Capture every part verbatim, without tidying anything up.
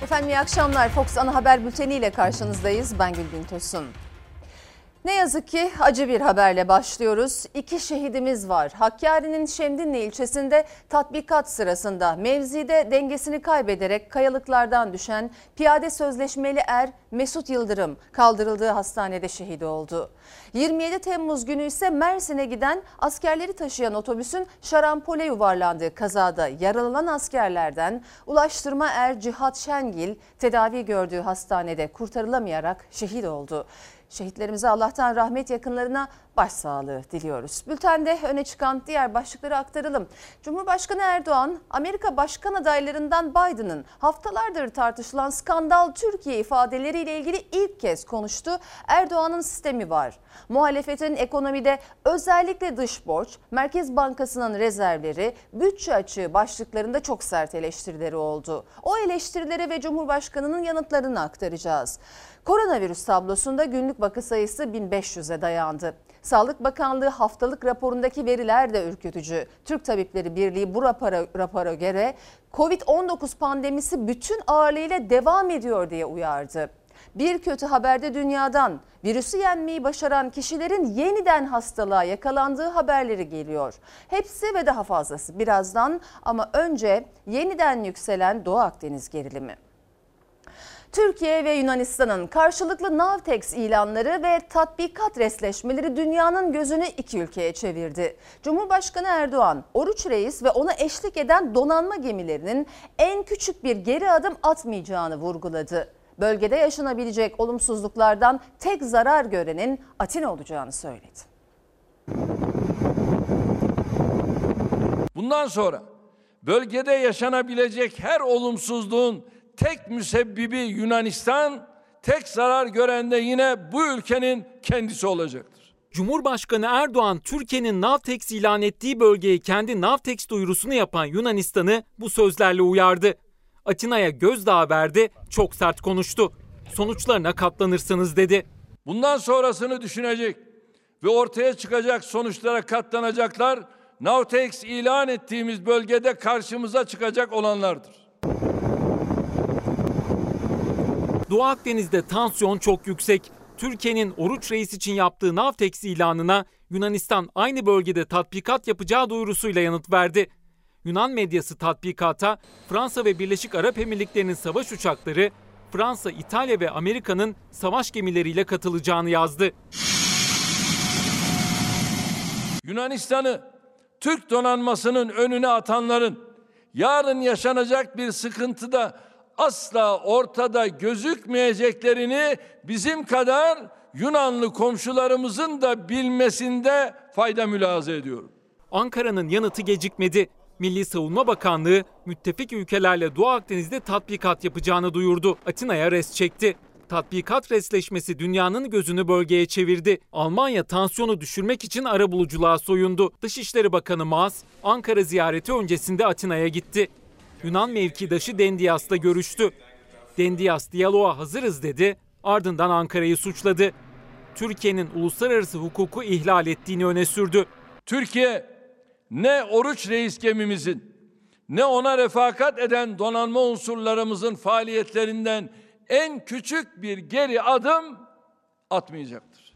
Efendim iyi akşamlar. Fox Ana Haber Bülteni ile karşınızdayız. Ben Gülbin Tosun. Ne yazık ki acı bir haberle başlıyoruz. İki şehidimiz var. Hakkari'nin Şemdinli ilçesinde tatbikat sırasında mevzide dengesini kaybederek kayalıklardan düşen piyade sözleşmeli er Mesut Yıldırım kaldırıldığı hastanede şehit oldu. yirmi yedi Temmuz günü ise Mersin'e giden askerleri taşıyan otobüsün şarampole yuvarlandığı kazada yaralanan askerlerden Ulaştırma Er Cihat Şengil tedavi gördüğü hastanede kurtarılamayarak şehit oldu. Şehitlerimize Allah'tan rahmet, yakınlarına başsağlığı diliyoruz. Bültende öne çıkan diğer başlıkları aktaralım. Cumhurbaşkanı Erdoğan, Amerika başkan adaylarından Biden'ın haftalardır tartışılan skandal Türkiye ifadeleriyle ilgili ilk kez konuştu. Erdoğan'ın sistemi var. Muhalefetin ekonomide özellikle dış borç, Merkez Bankası'nın rezervleri, bütçe açığı başlıklarında çok sert eleştirileri oldu. O eleştirilere ve Cumhurbaşkanı'nın yanıtlarını aktaracağız. Koronavirüs tablosunda günlük vaka sayısı bin beş yüze dayandı. Sağlık Bakanlığı haftalık raporundaki veriler de ürkütücü. Türk Tabipleri Birliği bu rapora, rapora göre Covid on dokuz pandemisi bütün ağırlığıyla devam ediyor diye uyardı. Bir kötü haber de dünyadan. Virüsü yenmeyi başaran kişilerin yeniden hastalığa yakalandığı haberleri geliyor. Hepsi ve daha fazlası birazdan, ama önce yeniden yükselen Doğu Akdeniz gerilimi. Türkiye ve Yunanistan'ın karşılıklı Navtex ilanları ve tatbikat resleşmeleri dünyanın gözünü iki ülkeye çevirdi. Cumhurbaşkanı Erdoğan, Oruç Reis ve ona eşlik eden donanma gemilerinin en küçük bir geri adım atmayacağını vurguladı. Bölgede yaşanabilecek olumsuzluklardan tek zarar görenin Atina olacağını söyledi. Bundan sonra bölgede yaşanabilecek her olumsuzluğun tek müsebbibi Yunanistan, tek zarar gören de yine bu ülkenin kendisi olacaktır. Cumhurbaşkanı Erdoğan, Türkiye'nin Navtex ilan ettiği bölgeye kendi Navtex duyurusunu yapan Yunanistan'ı bu sözlerle uyardı. Atina'ya gözdağı verdi, çok sert konuştu. Sonuçlarına katlanırsınız dedi. Bundan sonrasını düşünecek ve ortaya çıkacak sonuçlara katlanacaklar, Navtex ilan ettiğimiz bölgede karşımıza çıkacak olanlardır. Doğu Akdeniz'de tansiyon çok yüksek. Türkiye'nin Oruç Reis için yaptığı Navtex ilanına Yunanistan aynı bölgede tatbikat yapacağı duyurusuyla yanıt verdi. Yunan medyası tatbikata Fransa ve Birleşik Arap Emirlikleri'nin savaş uçakları, Fransa, İtalya ve Amerika'nın savaş gemileriyle katılacağını yazdı. Yunanistan'ı Türk donanmasının önüne atanların yarın yaşanacak bir sıkıntıda asla ortada gözükmeyeceklerini bizim kadar Yunanlı komşularımızın da bilmesinde fayda mülahaza ediyorum. Ankara'nın yanıtı gecikmedi. Milli Savunma Bakanlığı müttefik ülkelerle Doğu Akdeniz'de tatbikat yapacağını duyurdu. Atina'ya res çekti. Tatbikat resleşmesi dünyanın gözünü bölgeye çevirdi. Almanya tansiyonu düşürmek için arabuluculuğa soyundu. Dışişleri Bakanı Maas, Ankara ziyareti öncesinde Atina'ya gitti. Yunan mevkidaşı Dendias'la görüştü. Dendias diyaloğa hazırız dedi, ardından Ankara'yı suçladı. Türkiye'nin uluslararası hukuku ihlal ettiğini öne sürdü. Türkiye ne Oruç Reis gemimizin ne ona refakat eden donanma unsurlarımızın faaliyetlerinden en küçük bir geri adım atmayacaktır.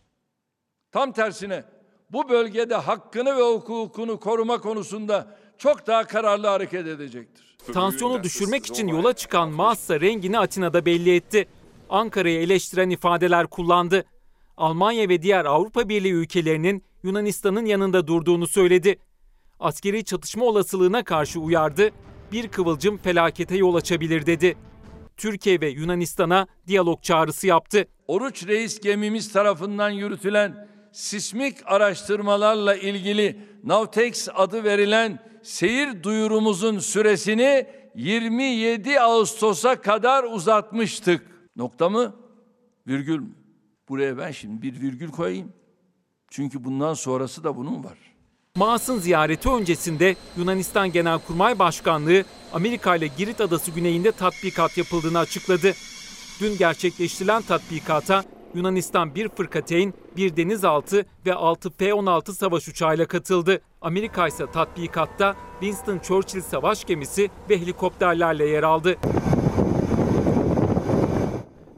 Tam tersine bu bölgede hakkını ve hukukunu koruma konusunda çok daha kararlı hareket edecektir. Tansiyonu düşürmek için yola çıkan Maas'sa rengini Atina'da belli etti. Ankara'yı eleştiren ifadeler kullandı. Almanya ve diğer Avrupa Birliği ülkelerinin Yunanistan'ın yanında durduğunu söyledi. Askeri çatışma olasılığına karşı uyardı. Bir kıvılcım felakete yol açabilir dedi. Türkiye ve Yunanistan'a diyalog çağrısı yaptı. Oruç Reis gemimiz tarafından yürütülen sismik araştırmalarla ilgili Navtex adı verilen seyir duyurumuzun süresini yirmi yedi Ağustos'a kadar uzatmıştık. Nokta mı? Virgül mü? Buraya ben şimdi bir virgül koyayım. Çünkü bundan sonrası da bunun var. Maas'ın ziyareti öncesinde Yunanistan Genelkurmay Başkanlığı Amerika ile Girit Adası güneyinde tatbikat yapıldığını açıkladı. Dün gerçekleştirilen tatbikata Yunanistan bir fırkateyn, bir denizaltı ve altı F on altı savaş uçağıyla katıldı. Amerika ise tatbikatta Winston Churchill savaş gemisi ve helikopterlerle yer aldı.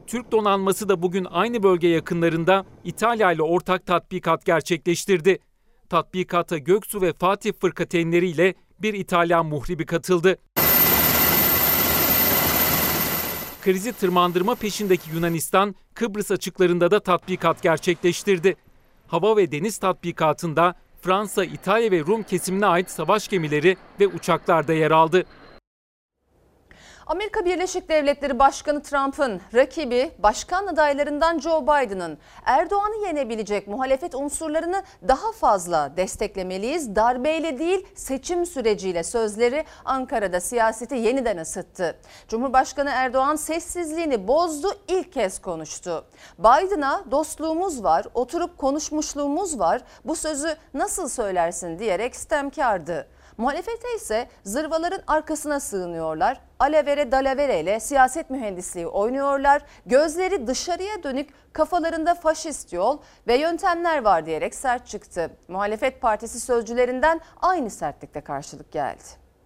Türk donanması da bugün aynı bölge yakınlarında İtalya ile ortak tatbikat gerçekleştirdi. Tatbikata Göksu ve Fatih fırkateynleriyle bir İtalyan muhribi katıldı. Krizi tırmandırma peşindeki Yunanistan, Kıbrıs açıklarında da tatbikat gerçekleştirdi. Hava ve deniz tatbikatında Fransa, İtalya ve Rum kesimine ait savaş gemileri ve uçaklar da yer aldı. Amerika Birleşik Devletleri Başkanı Trump'ın rakibi başkan adaylarından Joe Biden'ın Erdoğan'ı yenebilecek muhalefet unsurlarını daha fazla desteklemeliyiz, darbeyle değil seçim süreciyle sözleri Ankara'da siyaseti yeniden ısıttı. Cumhurbaşkanı Erdoğan sessizliğini bozdu, ilk kez konuştu. Biden'a dostluğumuz var, oturup konuşmuşluğumuz var, bu sözü nasıl söylersin diyerek sitemkardı. Muhalefete ise zırvaların arkasına sığınıyorlar, alavere dalavere ile siyaset mühendisliği oynuyorlar, gözleri dışarıya dönük, kafalarında faşist yol ve yöntemler var diyerek sert çıktı. Muhalefet partisi sözcülerinden aynı sertlikte karşılık geldi.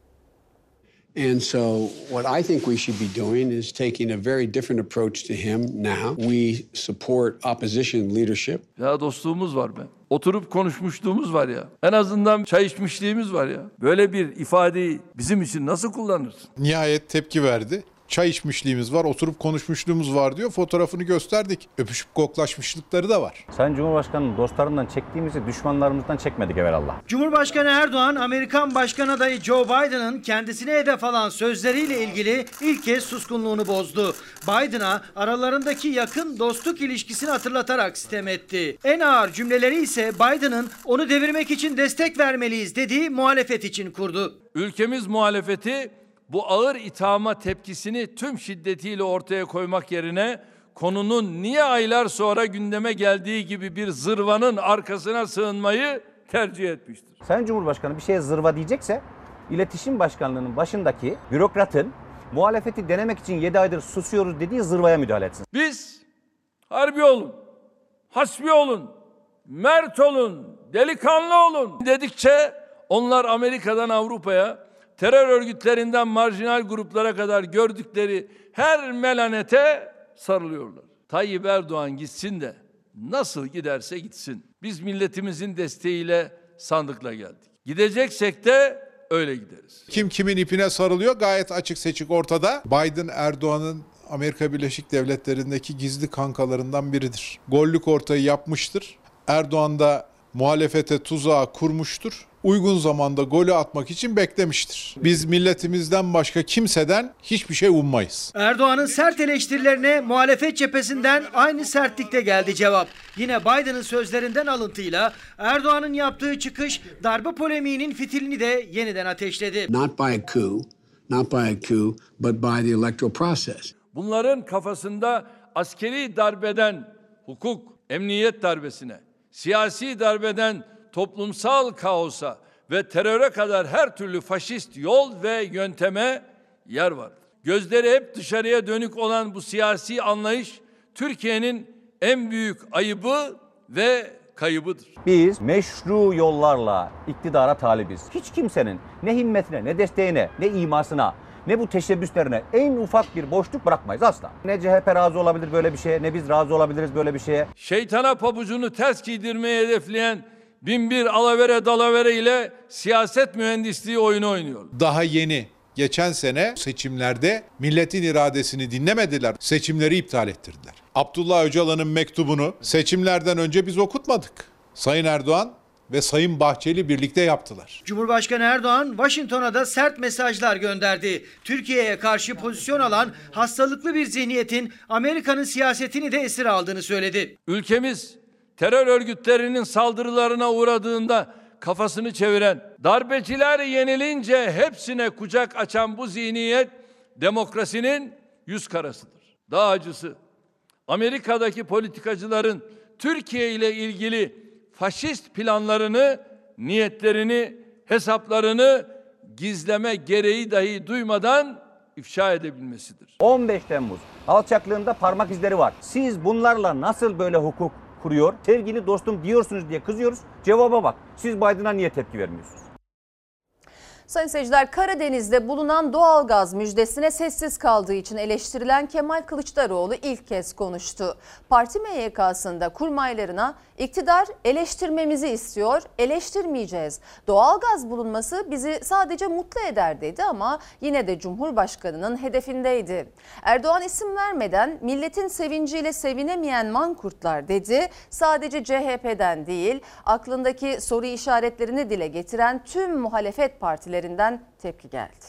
And so what I think we should be doing is taking a very different approach to him now. We support opposition leadership. Ya dostluğumuz var be. Oturup konuşmuşluğumuz var ya. En azından çay içmişliğimiz var ya. Böyle bir ifadeyi bizim için nasıl kullanırsın? Nihayet tepki verdi. Çay içmişliğimiz var, oturup konuşmuşluğumuz var diyor. Fotoğrafını gösterdik. Öpüşüp koklaşmışlıkları da var. Sayın Cumhurbaşkanı'nın dostlarından çektiğimizi düşmanlarımızdan çekmedik evvelallah. Cumhurbaşkanı Erdoğan, Amerikan Başkan adayı Joe Biden'ın kendisine hedef alan sözleriyle ilgili ilk kez suskunluğunu bozdu. Biden'a aralarındaki yakın dostluk ilişkisini hatırlatarak sitem etti. En ağır cümleleri ise Biden'ın onu devirmek için destek vermeliyiz dediği muhalefet için kurdu. Ülkemiz muhalefeti bu ağır ithama tepkisini tüm şiddetiyle ortaya koymak yerine konunun niye aylar sonra gündeme geldiği gibi bir zırvanın arkasına sığınmayı tercih etmiştir. Sayın Cumhurbaşkanı bir şeye zırva diyecekse İletişim Başkanlığı'nın başındaki bürokratın muhalefeti denemek için yedi aydır susuyoruz dediği zırvaya müdahale etsin. Biz harbi olun, hasbi olun, mert olun, delikanlı olun dedikçe onlar Amerika'dan Avrupa'ya, terör örgütlerinden marjinal gruplara kadar gördükleri her melanete sarılıyorlar. Tayyip Erdoğan gitsin de nasıl giderse gitsin. Biz milletimizin desteğiyle sandıkla geldik. Gideceksek de öyle gideriz. Kim kimin ipine sarılıyor gayet açık seçik ortada. Biden Erdoğan'ın Amerika Birleşik Devletleri'ndeki gizli kankalarından biridir. Gollük ortayı yapmıştır. Erdoğan da muhalefete tuzağı kurmuştur. Uygun zamanda golü atmak için beklemiştir. Biz milletimizden başka kimseden hiçbir şey ummayız. Erdoğan'ın sert eleştirilerine muhalefet cephesinden aynı sertlikte geldi cevap. Yine Biden'ın sözlerinden alıntıyla Erdoğan'ın yaptığı çıkış darbe polemiğinin fitilini de yeniden ateşledi. Not by a coup, not by a coup, but by the electoral process. Bunların kafasında askeri darbeden hukuk, emniyet darbesine, siyasi darbeden toplumsal kaosa ve teröre kadar her türlü faşist yol ve yönteme yer vardır. Gözleri hep dışarıya dönük olan bu siyasi anlayış Türkiye'nin en büyük ayıbı ve kaybıdır. Biz meşru yollarla iktidara talibiz. Hiç kimsenin ne himmetine, ne desteğine, ne imasına, ne bu teşebbüslerine en ufak bir boşluk bırakmayız asla. Ne C H P razı olabilir böyle bir şeye, ne biz razı olabiliriz böyle bir şeye. Şeytana pabucunu ters giydirmeyi hedefleyen bin bir alavere dalavere ile siyaset mühendisliği oyunu oynuyor. Daha yeni geçen sene seçimlerde milletin iradesini dinlemediler. Seçimleri iptal ettirdiler. Abdullah Öcalan'ın mektubunu seçimlerden önce biz okutmadık. Sayın Erdoğan ve Sayın Bahçeli birlikte yaptılar. Cumhurbaşkanı Erdoğan Washington'a da sert mesajlar gönderdi. Türkiye'ye karşı pozisyon alan hastalıklı bir zihniyetin Amerika'nın siyasetini de esir aldığını söyledi. Ülkemiz terör örgütlerinin saldırılarına uğradığında kafasını çeviren, darbeciler yenilince hepsine kucak açan bu zihniyet demokrasinin yüz karasıdır. Daha acısı, Amerika'daki politikacıların Türkiye ile ilgili faşist planlarını, niyetlerini, hesaplarını gizleme gereği dahi duymadan ifşa edebilmesidir. on beş Temmuz alçaklığında parmak izleri var. Siz bunlarla nasıl böyle hukuk kuruyor, sevgili dostum diyorsunuz diye kızıyoruz. Cevaba bak. Siz Biden'a niye tepki vermiyorsunuz? Sayın seyirciler, Karadeniz'de bulunan doğalgaz müjdesine sessiz kaldığı için eleştirilen Kemal Kılıçdaroğlu ilk kez konuştu. Parti M Y K'sında kurmaylarına iktidar eleştirmemizi istiyor, eleştirmeyeceğiz. Doğalgaz bulunması bizi sadece mutlu eder dedi ama yine de Cumhurbaşkanı'nın hedefindeydi. Erdoğan isim vermeden milletin sevinciyle sevinemeyen mankurtlar dedi. Sadece C H P'den değil, aklındaki soru işaretlerini dile getiren tüm muhalefet partileri tepki geldi.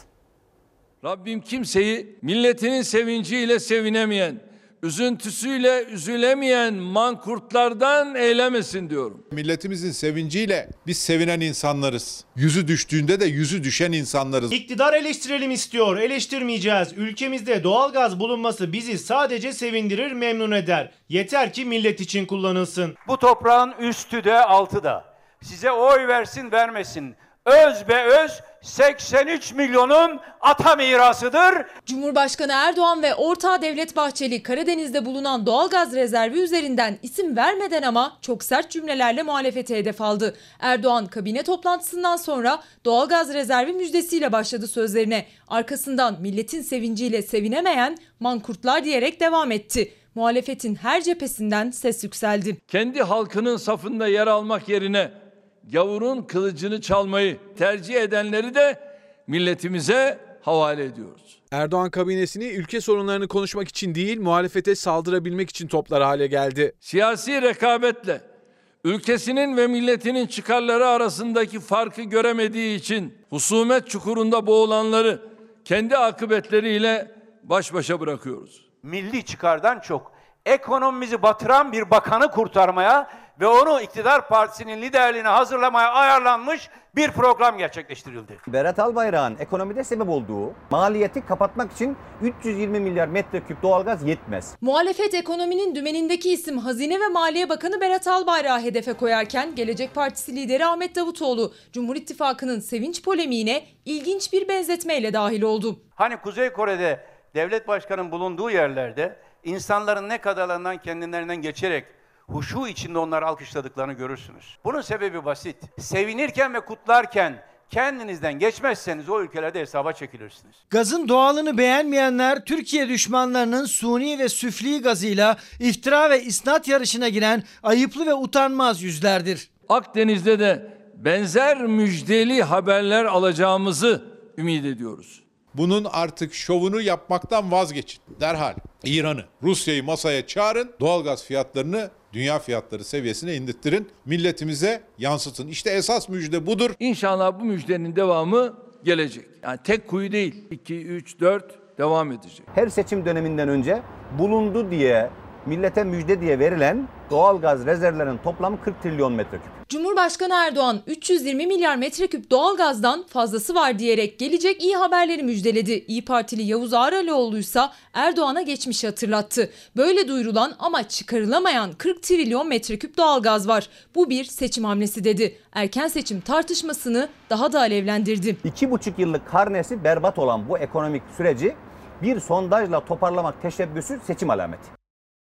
Rabbim kimseyi milletinin sevinciyle sevinemeyen, üzüntüsüyle üzülemeyen mankurtlardan eylemesin diyorum. Milletimizin sevinciyle biz sevinen insanlarız. Yüzü düştüğünde de yüzü düşen insanlarız. İktidar eleştirelim istiyor, eleştirmeyeceğiz. Ülkemizde doğalgaz bulunması bizi sadece sevindirir, memnun eder. Yeter ki millet için kullanılsın. Bu toprağın üstü de altı da. Size oy versin vermesin. Öz be öz seksen üç milyonun ata mirasıdır. Cumhurbaşkanı Erdoğan ve ortağı Devlet Bahçeli Karadeniz'de bulunan doğalgaz rezervi üzerinden isim vermeden ama çok sert cümlelerle muhalefete hedef aldı. Erdoğan kabine toplantısından sonra doğalgaz rezervi müjdesiyle başladı sözlerine. Arkasından milletin sevinciyle sevinemeyen mankurtlar diyerek devam etti. Muhalefetin her cephesinden ses yükseldi. Kendi halkının safında yer almak yerine gavurun kılıcını çalmayı tercih edenleri de milletimize havale ediyoruz. Erdoğan kabinesini ülke sorunlarını konuşmak için değil, muhalefete saldırabilmek için toplar hale geldi. Siyasi rekabetle ülkesinin ve milletinin çıkarları arasındaki farkı göremediği için husumet çukurunda boğulanları kendi akıbetleriyle baş başa bırakıyoruz. Milli çıkardan çok ekonomimizi batıran bir bakanı kurtarmaya ve onu iktidar partisinin liderliğine hazırlamaya ayarlanmış bir program gerçekleştirildi. Berat Albayrak'ın ekonomide sebep olduğu maliyeti kapatmak için üç yüz yirmi milyar metreküp doğalgaz yetmez. Muhalefet ekonominin dümenindeki isim Hazine ve Maliye Bakanı Berat Albayrak'ı hedefe koyarken Gelecek Partisi lideri Ahmet Davutoğlu Cumhur İttifakı'nın sevinç polemiğine ilginç bir benzetmeyle dahil oldu. Hani Kuzey Kore'de devlet başkanının bulunduğu yerlerde insanların ne kadarlarından kendilerinden geçerek huşu içinde onları alkışladıklarını görürsünüz. Bunun sebebi basit. Sevinirken ve kutlarken kendinizden geçmezseniz o ülkelerde hesaba çekilirsiniz. Gazın doğalını beğenmeyenler Türkiye düşmanlarının suni ve süfli gazıyla iftira ve isnat yarışına giren ayıplı ve utanmaz yüzlerdir. Akdeniz'de de benzer müjdeli haberler alacağımızı ümit ediyoruz. Bunun artık şovunu yapmaktan vazgeçin. Derhal İran'ı, Rusya'yı masaya çağırın. Doğalgaz fiyatlarını dünya fiyatları seviyesine indirttirin. Milletimize yansıtın. İşte esas müjde budur. İnşallah bu müjdenin devamı gelecek. Yani tek kuyu değil. iki, üç, dört devam edecek. Her seçim döneminden önce bulundu diye, millete müjde diye verilen doğalgaz rezervlerinin toplamı kırk trilyon metreküp. Cumhurbaşkanı Erdoğan üç yüz yirmi milyar metreküp doğalgazdan fazlası var diyerek gelecek iyi haberleri müjdeledi. İyi Partili Yavuz Ağralioğlu ise Erdoğan'a geçmişi hatırlattı. Böyle duyurulan ama çıkarılamayan kırk trilyon metreküp doğalgaz var. Bu bir seçim hamlesi dedi. Erken seçim tartışmasını daha da alevlendirdi. İki buçuk yıllık karnesi berbat olan bu ekonomik süreci bir sondajla toparlamak teşebbüsü seçim alameti.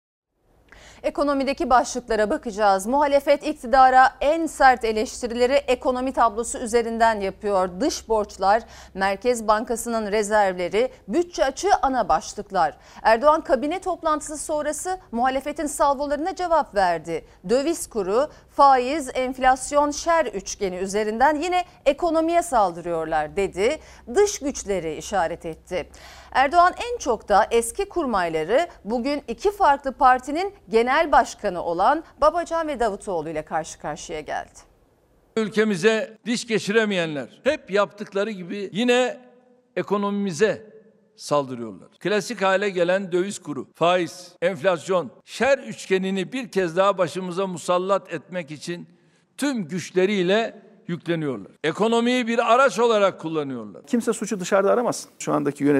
Ekonomideki başlıklara bakacağız. Muhalefet iktidara en sert eleştirileri ekonomi tablosu üzerinden yapıyor. Dış borçlar, Merkez Bankası'nın rezervleri, bütçe açığı ana başlıklar. Erdoğan kabine toplantısı sonrası muhalefetin salvolarına cevap verdi. Döviz kuru, faiz, enflasyon, şer üçgeni üzerinden yine ekonomiye saldırıyorlar dedi. Dış güçleri işaret etti. Erdoğan en çok da eski kurmayları bugün iki farklı partinin genel başkanı olan Babacan ve Davutoğlu ile karşı karşıya geldi. Ülkemize diş geçiremeyenler hep yaptıkları gibi yine ekonomimize saldırıyorlar. Klasik hale gelen döviz kuru, faiz, enflasyon, şer üçgenini bir kez daha başımıza musallat etmek için tüm güçleriyle yükleniyorlar. Ekonomiyi bir araç olarak kullanıyorlar. Kimse suçu dışarıda aramasın. Şu andaki yönetimin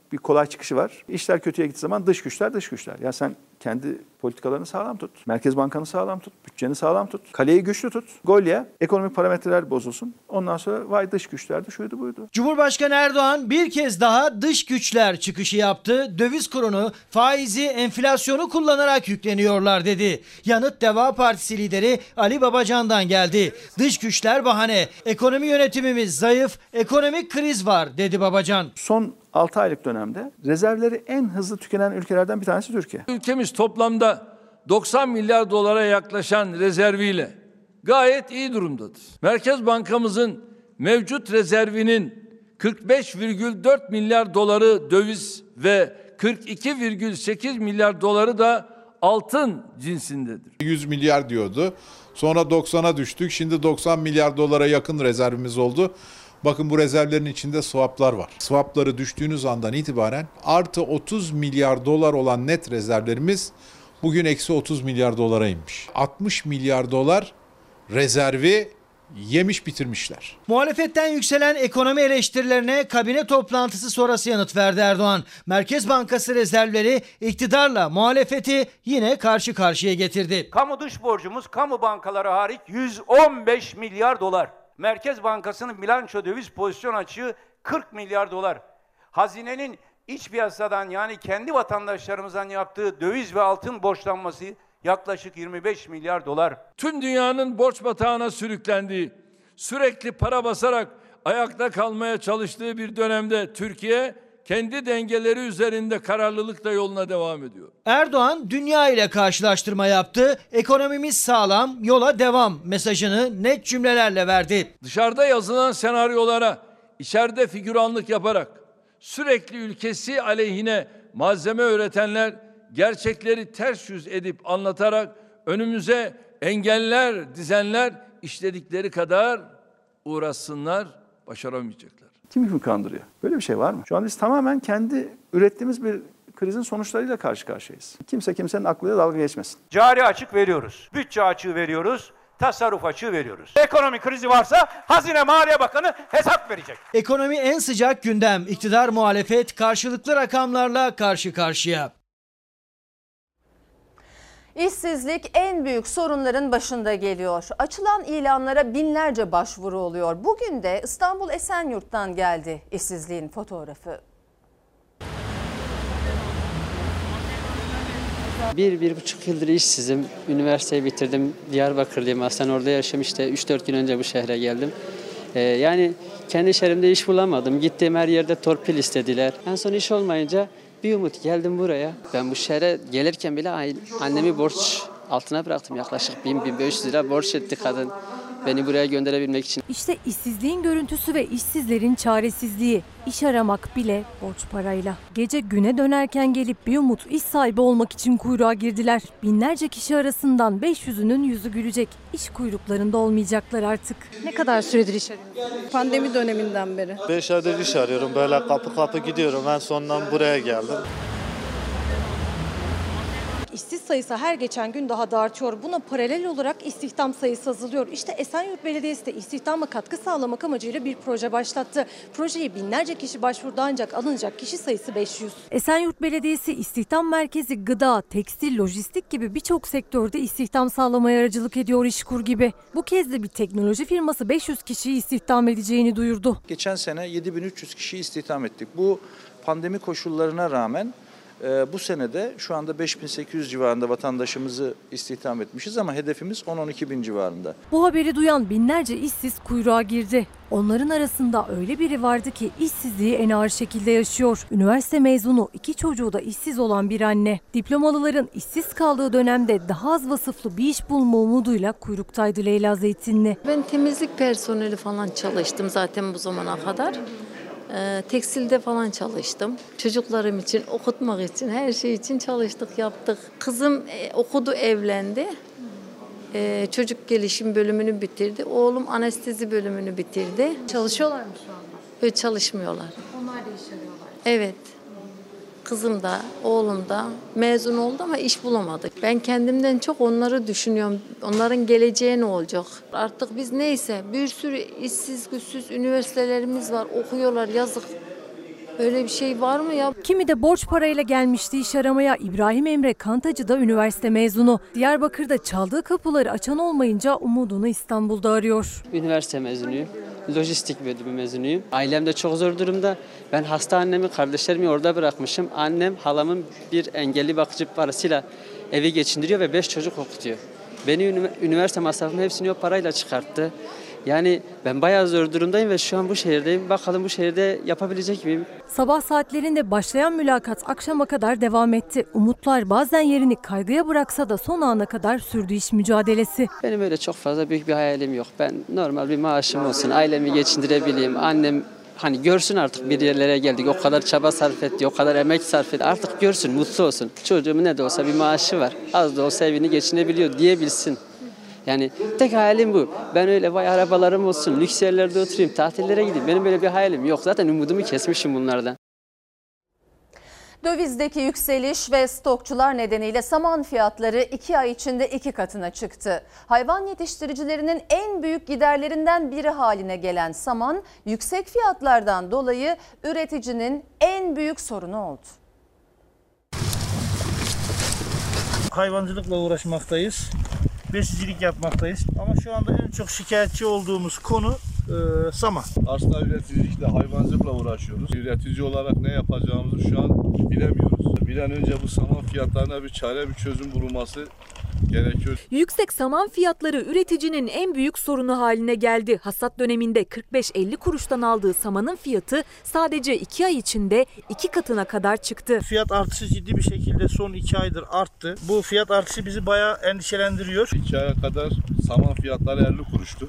bir kolay çıkışı var. İşler kötüye gittiği zaman dış güçler dış güçler. Ya sen kendi politikalarını sağlam tut. Merkez Bankanı sağlam tut. Bütçeni sağlam tut. Kaleyi güçlü tut. Gol ye. Ekonomik parametreler bozulsun. Ondan sonra vay dış güçlerdi şuydu buydu. Cumhurbaşkanı Erdoğan bir kez daha dış güçler çıkışı yaptı. Döviz kurunu, faizi, enflasyonu kullanarak yükleniyorlar dedi. Yanıt Deva Partisi lideri Ali Babacan'dan geldi. Dış güçler bahane. Ekonomi yönetimimiz zayıf. Ekonomik kriz var dedi Babacan. Son altı aylık dönemde rezervleri en hızlı tükenen ülkelerden bir tanesi Türkiye. Ülkemiz toplamda doksan milyar dolara yaklaşan rezerviyle gayet iyi durumdadır. Merkez Bankamızın mevcut rezervinin kırk beş virgül dört milyar doları döviz ve kırk iki virgül sekiz milyar doları da altın cinsindedir. yüz milyar diyordu. Sonra doksana düştük. Şimdi doksan milyar dolara yakın rezervimiz oldu. Bakın bu rezervlerin içinde swaplar var. Swapları düştüğünüz andan itibaren artı otuz milyar dolar olan net rezervlerimiz bugün eksi otuz milyar dolara inmiş. altmış milyar dolar rezervi yemiş bitirmişler. Muhalefetten yükselen ekonomi eleştirilerine kabine toplantısı sonrası yanıt verdi Erdoğan. Merkez Bankası rezervleri iktidarla muhalefeti yine karşı karşıya getirdi. Kamu dış borcumuz kamu bankaları hariç yüz on beş milyar dolar. Merkez Bankası'nın bilanço döviz pozisyon açığı kırk milyar dolar. Hazinenin iç piyasadan yani kendi vatandaşlarımızdan yaptığı döviz ve altın borçlanması yaklaşık yirmi beş milyar dolar. Tüm dünyanın borç batağına sürüklendiği, sürekli para basarak ayakta kalmaya çalıştığı bir dönemde Türkiye kendi dengeleri üzerinde kararlılıkla yoluna devam ediyor. Erdoğan dünya ile karşılaştırma yaptı. Ekonomimiz sağlam, yola devam mesajını net cümlelerle verdi. Dışarıda yazılan senaryolara içeride figüranlık yaparak sürekli ülkesi aleyhine malzeme üretenler gerçekleri ters yüz edip anlatarak önümüze engeller dizenler işledikleri kadar uğraşsınlar, başaramayacaklar. Kim kimi kandırıyor? Böyle bir şey var mı? Şu an biz tamamen kendi ürettiğimiz bir krizin sonuçlarıyla karşı karşıyayız. Kimse kimsenin aklıyla dalga geçmesin. Cari açık veriyoruz, bütçe açığı veriyoruz, tasarruf açığı veriyoruz. Ekonomi krizi varsa Hazine Maliye Bakanı hesap verecek. Ekonomi en sıcak gündem. İktidar muhalefet karşılıklı rakamlarla karşı karşıya. İşsizlik en büyük sorunların başında geliyor. Açılan ilanlara binlerce başvuru oluyor. Bugün de İstanbul Esenyurt'tan geldi işsizliğin fotoğrafı. Bir, bir buçuk yıldır işsizim. Üniversiteyi bitirdim. Diyarbakırlıyım aslında, orada yaşadım işte. üç dört gün önce bu şehre geldim. Ee, yani kendi şehrimde iş bulamadım. Gittiğim her yerde torpil istediler. En son iş olmayınca bir umut geldim buraya. Ben bu şehre gelirken bile annemi borç altına bıraktım. Yaklaşık bin bin beş yüz lira borç etti kadın beni buraya gönderebilmek için. İşte işsizliğin görüntüsü ve işsizlerin çaresizliği. İş aramak bile borç parayla. Gece güne dönerken gelip bir umut iş sahibi olmak için kuyruğa girdiler. Binlerce kişi arasından beş yüzünün yüzü gülecek. İş kuyruklarında olmayacaklar artık. Ne kadar süredir iş arıyorsunuz? Pandemi döneminden beri. beş aydır iş arıyorum. Böyle kapı kapı gidiyorum. En sondan buraya geldim. İşsiz sayısı her geçen gün daha da artıyor. Buna paralel olarak istihdam sayısı azalıyor. İşte Esenyurt Belediyesi de istihdama katkı sağlamak amacıyla bir proje başlattı. Projeye binlerce kişi başvurdu ancak alınacak kişi sayısı beş yüz. Esenyurt Belediyesi istihdam merkezi gıda, tekstil, lojistik gibi birçok sektörde istihdam sağlamaya aracılık ediyor İşkur gibi. Bu kez de bir teknoloji firması beş yüz kişiyi istihdam edeceğini duyurdu. Geçen sene yedi bin üç yüz kişi istihdam ettik. Bu pandemi koşullarına rağmen bu senede şu anda beş bin sekiz yüz civarında vatandaşımızı istihdam etmişiz ama hedefimiz on on iki bin civarında. Bu haberi duyan binlerce işsiz kuyruğa girdi. Onların arasında öyle biri vardı ki işsizliği en ağır şekilde yaşıyor. Üniversite mezunu, iki çocuğu da işsiz olan bir anne. Diplomalıların işsiz kaldığı dönemde daha az vasıflı bir iş bulma umuduyla kuyruktaydı Leyla Zeytinli. Ben temizlik personeli falan çalıştım zaten bu zamana kadar. Ee, tekstilde falan çalıştım. Çocuklarım için, okutmak için, her şey için çalıştık, yaptık. Kızım e, okudu, evlendi. Ee, çocuk gelişim bölümünü bitirdi. Oğlum anestezi bölümünü bitirdi. Çalışıyorlar mı şu anda? Böyle çalışmıyorlar. Onlar da iş arıyorlar. Evet. Kızım da, oğlum da mezun oldu ama iş bulamadık. Ben kendimden çok onları düşünüyorum. Onların geleceği ne olacak? Artık biz neyse bir sürü işsiz güçsüz üniversitelerimiz var. Okuyorlar, yazık. Öyle bir şey var mı ya? Kimi de borç parayla gelmişti iş aramaya. İbrahim Emre Kantacı da üniversite mezunu. Diyarbakır'da çaldığı kapıları açan olmayınca umudunu İstanbul'da arıyor. Üniversite mezunuyum. Lojistik bölümü mezunuyum. Ailem de çok zor durumda. Ben hasta annemi, kardeşlerimi orada bırakmışım. Annem halamın bir engelli bakıcı parasıyla evi geçindiriyor ve beş çocuk okutuyor. Beni üniversite masrafımın hepsini o parayla çıkarttı. Yani ben bayağı zor durumdayım ve şu an bu şehirdeyim. Bakalım bu şehirde yapabilecek miyim? Sabah saatlerinde başlayan mülakat akşama kadar devam etti. Umutlar bazen yerini kaygıya bıraksa da son ana kadar sürdü iş mücadelesi. Benim öyle çok fazla büyük bir hayalim yok. Ben normal bir maaşım olsun, ailemi geçindirebileyim. Annem hani görsün artık bir yerlere geldik. O kadar çaba sarf etti, o kadar emek sarf etti. Artık görsün, mutlu olsun. Çocuğumun ne de olsa bir maaşı var. Az da olsa evini geçinebiliyor diyebilsin. Yani tek hayalim bu. Ben öyle vay arabalarım olsun, lüks yerlerde oturayım, tatillere gideyim. Benim böyle bir hayalim yok. Zaten umudumu kesmişim bunlardan. Dövizdeki yükseliş ve stokçular nedeniyle saman fiyatları iki ay içinde iki katına çıktı. Hayvan yetiştiricilerinin en büyük giderlerinden biri haline gelen saman, yüksek fiyatlardan dolayı üreticinin en büyük sorunu oldu. Hayvancılıkla uğraşmaktayız. Besicilik yapmaktayız. Ama şu anda en çok şikayetçi olduğumuz konu e, saman. Aslında üreticilikle, hayvancılıkla uğraşıyoruz. Üretici olarak ne yapacağımızı şu an bilemiyoruz. Bir an önce bu saman fiyatlarına bir çare, bir çözüm bulunması gerekiyor. Yüksek saman fiyatları üreticinin en büyük sorunu haline geldi. Hasat döneminde kırk beş elli kuruştan aldığı samanın fiyatı sadece iki ay içinde iki katına kadar çıktı. Fiyat artışı ciddi bir şekilde son iki aydır arttı. Bu fiyat artışı bizi bayağı endişelendiriyor. iki aya kadar saman fiyatları elli kuruştu.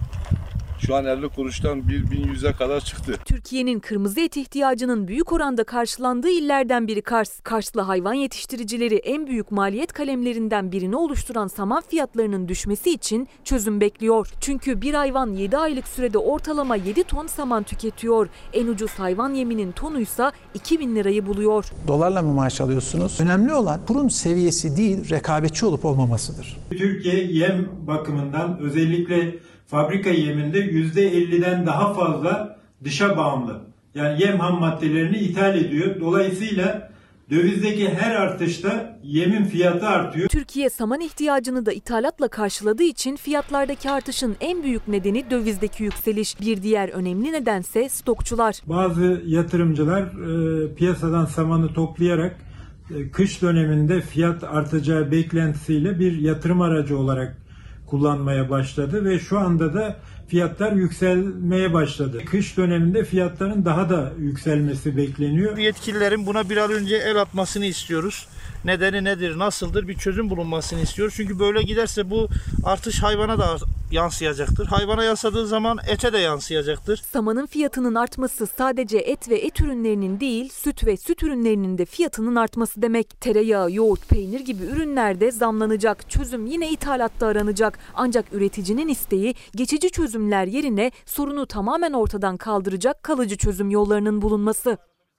Şu an elli kuruştan bir bin yüze kadar çıktı. Türkiye'nin kırmızı et ihtiyacının büyük oranda karşılandığı illerden biri Kars. Karslı hayvan yetiştiricileri en büyük maliyet kalemlerinden birini oluşturan saman fiyatlarının düşmesi için çözüm bekliyor. Çünkü bir hayvan yedi aylık sürede ortalama yedi ton saman tüketiyor. En ucuz hayvan yeminin tonuysa iki bin lirayı buluyor. Dolarla mı maaş alıyorsunuz? Önemli olan kurum seviyesi değil, rekabetçi olup olmamasıdır. Türkiye yem bakımından özellikle fabrika yeminde yüzde elliden daha fazla dışa bağımlı. Yani yem ham maddelerini ithal ediyor. Dolayısıyla dövizdeki her artışta yemin fiyatı artıyor. Türkiye saman ihtiyacını da ithalatla karşıladığı için fiyatlardaki artışın en büyük nedeni dövizdeki yükseliş. Bir diğer önemli nedense stokçular. Bazı yatırımcılar e, piyasadan samanı toplayarak e, kış döneminde fiyat artacağı beklentisiyle bir yatırım aracı olarak kullanmaya başladı ve şu anda da fiyatlar yükselmeye başladı. Kış döneminde fiyatların daha da yükselmesi bekleniyor. Yetkililerin buna bir an önce el atmasını istiyoruz. Nedeni nedir, nasıldır bir çözüm bulunmasını istiyoruz. Çünkü böyle giderse bu artış hayvana da yansıyacaktır. Hayvana yansıdığı zaman ete de yansıyacaktır. Samanın fiyatının artması sadece et ve et ürünlerinin değil, süt ve süt ürünlerinin de fiyatının artması demek. Tereyağı, yoğurt, peynir gibi ürünlerde zamlanacak. Çözüm yine ithalatta aranacak. Ancak üreticinin isteği geçici çözümler yerine sorunu tamamen ortadan kaldıracak kalıcı çözüm yollarının bulunması.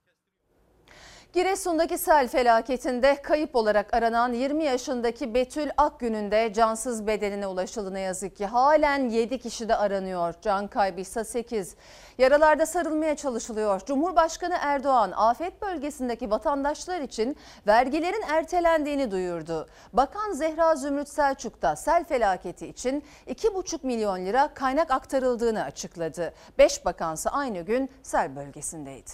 Giresun'daki sel felaketinde kayıp olarak aranan yirmi yaşındaki Betül Akgün'ün de cansız bedenine ulaşıldı ne yazık ki. Halen yedi kişi de aranıyor. Can kaybıysa sekiz. Yaralarda sarılmaya çalışılıyor. Cumhurbaşkanı Erdoğan afet bölgesindeki vatandaşlar için vergilerin ertelendiğini duyurdu. Bakan Zehra Zümrüt Selçuk da sel felaketi için iki buçuk milyon lira kaynak aktarıldığını açıkladı. Beş bakansa aynı gün sel bölgesindeydi.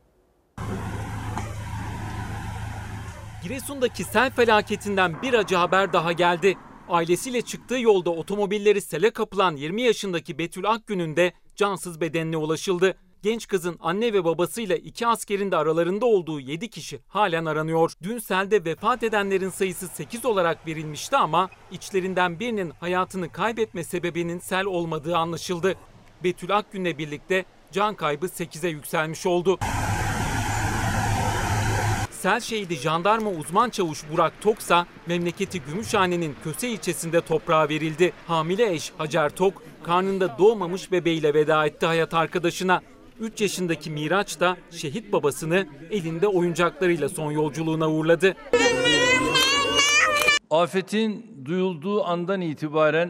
Giresun'daki sel felaketinden bir acı haber daha geldi. Ailesiyle çıktığı yolda otomobilleri sele kapılan yirmi yaşındaki Betül Akgün'ün de cansız bedenine ulaşıldı. Genç kızın anne ve babasıyla iki askerin de aralarında olduğu yedi kişi halen aranıyor. Dün selde vefat edenlerin sayısı sekiz olarak verilmişti ama içlerinden birinin hayatını kaybetme sebebinin sel olmadığı anlaşıldı. Betül Akgün'le birlikte can kaybı sekize yükselmiş oldu. Sel şehidi jandarma uzman çavuş Burak Toksa, memleketi Gümüşhane'nin Köse ilçesinde toprağa verildi. Hamile eş Hacer Tok, karnında doğmamış bebeğiyle veda etti hayat arkadaşına. üç yaşındaki Miraç da şehit babasını elinde oyuncaklarıyla son yolculuğuna uğurladı. Afetin duyulduğu andan itibaren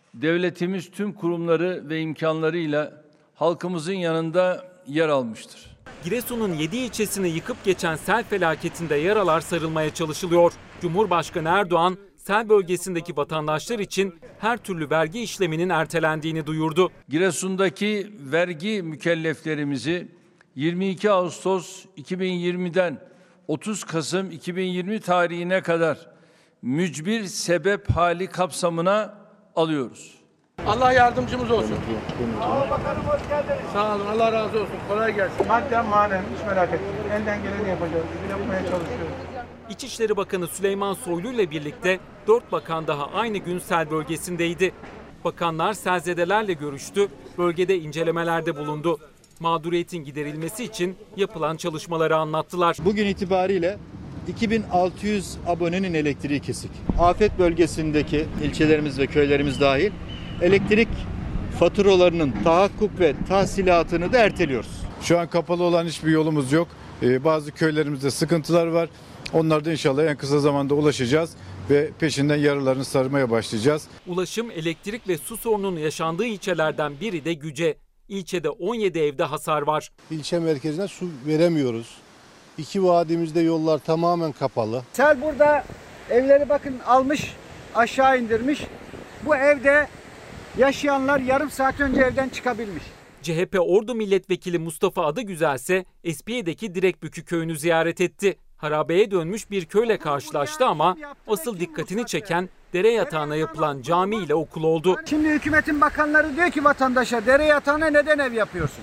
devletimiz tüm kurumları ve imkanlarıyla halkımızın yanında yer almıştır. Giresun'un yedi ilçesini yıkıp geçen sel felaketinde yaralar sarılmaya çalışılıyor. Cumhurbaşkanı Erdoğan, sel bölgesindeki vatandaşlar için her türlü vergi işleminin ertelendiğini duyurdu. Giresun'daki vergi mükelleflerimizi yirmi iki Ağustos iki bin yirmi'den otuz Kasım iki bin yirmi tarihine kadar mücbir sebep hali kapsamına alıyoruz. Allah yardımcımız olsun. Bakanım hoş geldiniz. Sağ olun, Allah razı olsun. Kolay gelsin. Madden manen hiç merak etmeyin. Elden geleni yapacağız. Yapmaya çalışıyoruz. İçişleri Bakanı Süleyman Soylu ile birlikte dört bakan daha aynı gün sel bölgesindeydi. Bakanlar selzedelerle görüştü, bölgede incelemelerde bulundu. Mağduriyetin giderilmesi için yapılan çalışmaları anlattılar. Bugün itibariyle iki bin altı yüz abonenin elektriği kesik. Afet bölgesindeki ilçelerimiz ve köylerimiz dahil elektrik faturalarının tahakkuk ve tahsilatını da erteliyoruz. Şu an kapalı olan hiçbir yolumuz yok. Ee, bazı köylerimizde sıkıntılar var. Onlara da inşallah en kısa zamanda ulaşacağız ve peşinden yaralarını sarmaya başlayacağız. Ulaşım, elektrik ve su sorununun yaşandığı ilçelerden biri de Güce. İlçede on yedi evde hasar var. İlçe merkezine su veremiyoruz. İki vadimizde yollar tamamen kapalı. Sel burada evleri bakın almış, aşağı indirmiş. Bu evde yaşayanlar yarım saat önce evden çıkabilmiş. C H P Ordu Milletvekili Mustafa Adıgüzel ise Espiye'deki Direkbükü köyünü ziyaret etti. Harabeye dönmüş bir köyle karşılaştı ama asıl dikkatini çeken dere yatağına yapılan cami ile okul oldu. Şimdi hükümetin bakanları diyor ki vatandaşa dere yatağına neden ev yapıyorsun?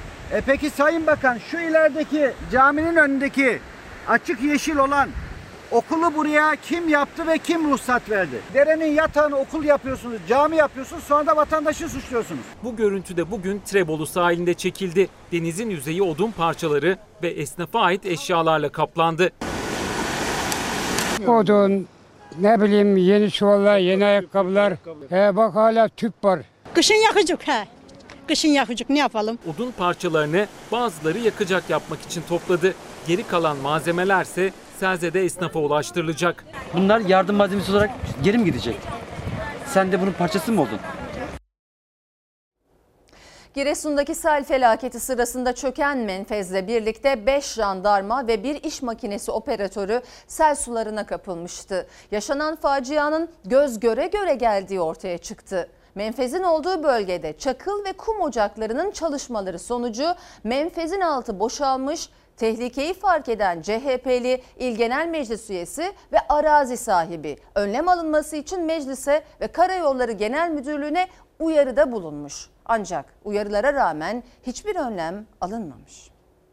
E peki Sayın Bakan şu ilerideki caminin önündeki açık yeşil olan okulu buraya kim yaptı ve kim ruhsat verdi? Derenin yatağını okul yapıyorsunuz, cami yapıyorsunuz, sonra da vatandaşı suçluyorsunuz. Bu görüntü de bugün Trebolu sahilinde çekildi. Denizin yüzeyi odun parçaları ve esnafa ait eşyalarla kaplandı. Odun, ne bileyim yeni çuvallar, yeni ayakkabılar. He bak hala tüp var. Kışın yakacak he. Kışın yakacak, ne yapalım? Odun parçalarını bazıları yakacak yapmak için topladı. Geri kalan malzemelerse selzede esnafa ulaştırılacak. Bunlar yardım malzemesi olarak geri mi gidecek? Sen de bunun parçası mı oldun? Giresun'daki sel felaketi sırasında çöken menfezle birlikte beş jandarma ve bir iş makinesi operatörü sel sularına kapılmıştı. Yaşanan facianın göz göre göre geldiği ortaya çıktı. Menfezin olduğu bölgede çakıl ve kum ocaklarının çalışmaları sonucu menfezin altı boşalmış. Tehlikeyi fark eden C H P'li İl Genel Meclis üyesi ve arazi sahibi önlem alınması için meclise ve Karayolları Genel Müdürlüğü'ne uyarıda bulunmuş. Ancak uyarılara rağmen hiçbir önlem alınmamış.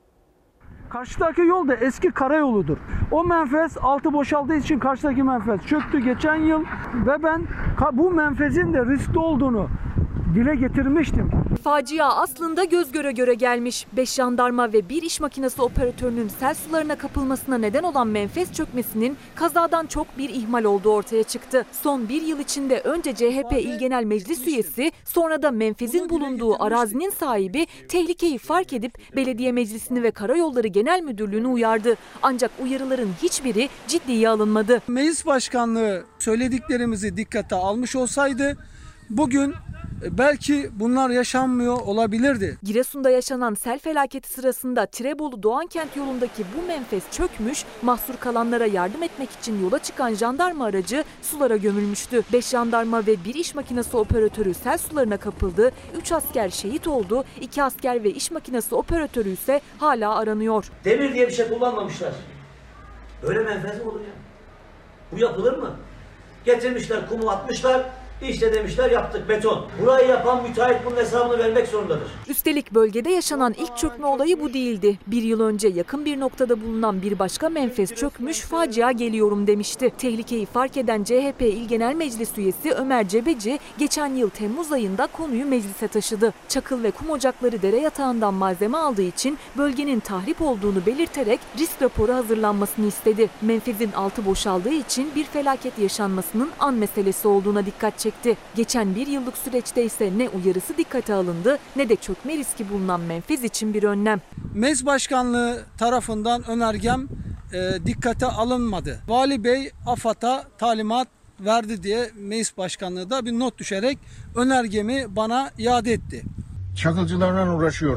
Karşıdaki yol da eski karayoludur. O menfez altı boşaldığı için karşıdaki menfez çöktü geçen yıl ve ben bu menfezin de riskli olduğunu dile getirmiştim. Facia aslında göz göre göre gelmiş. beş jandarma ve bir iş makinesi operatörünün sel sularına kapılmasına neden olan menfez çökmesinin kazadan çok bir ihmal olduğu ortaya çıktı. Son bir yıl içinde önce C H P İl Genel Meclis üyesi, sonra da menfezin bulunduğu arazinin sahibi tehlikeyi fark edip belediye meclisini ve Karayolları Genel Müdürlüğü'nü uyardı. Ancak uyarıların hiçbiri ciddiye alınmadı. Meclis Başkanlığı söylediklerimizi dikkate almış olsaydı bugün belki bunlar yaşanmıyor olabilirdi. Giresun'da yaşanan sel felaketi sırasında Tirebolu Doğankent yolundaki bu menfez çökmüş, mahsur kalanlara yardım etmek için yola çıkan jandarma aracı sulara gömülmüştü. beş jandarma ve bir iş makinesi operatörü sel sularına kapıldı. üç asker şehit oldu. iki asker ve iş makinesi operatörü ise hala aranıyor. Demir diye bir şey kullanmamışlar. Böyle menfez mi olur ya? Bu yapılır mı? Getirmişler, kumu atmışlar. İşte demişler yaptık beton. Burayı yapan müteahhit bunun hesabını vermek zorundadır. Üstelik bölgede yaşanan ilk çökme olayı bu değildi. Bir yıl önce yakın bir noktada bulunan bir başka menfez çökmüş, facia geliyorum demişti. Tehlikeyi fark eden C H P İl Genel Meclis üyesi Ömer Cebeci geçen yıl Temmuz ayında konuyu meclise taşıdı. Çakıl ve kum ocakları dere yatağından malzeme aldığı için bölgenin tahrip olduğunu belirterek risk raporu hazırlanmasını istedi. Menfezin altı boşaldığı için bir felaket yaşanmasının an meselesi olduğuna dikkat çekti. Geçen bir yıllık süreçte ise ne uyarısı dikkate alındı ne de çökme riski bulunan menfez için bir önlem. Meclis Başkanlığı tarafından önergem e, dikkate alınmadı. Vali Bey AFAD'a talimat verdi diye Meclis Başkanlığı da bir not düşerek önergemi bana iade etti. Çakılcılarla uğraşıyorum.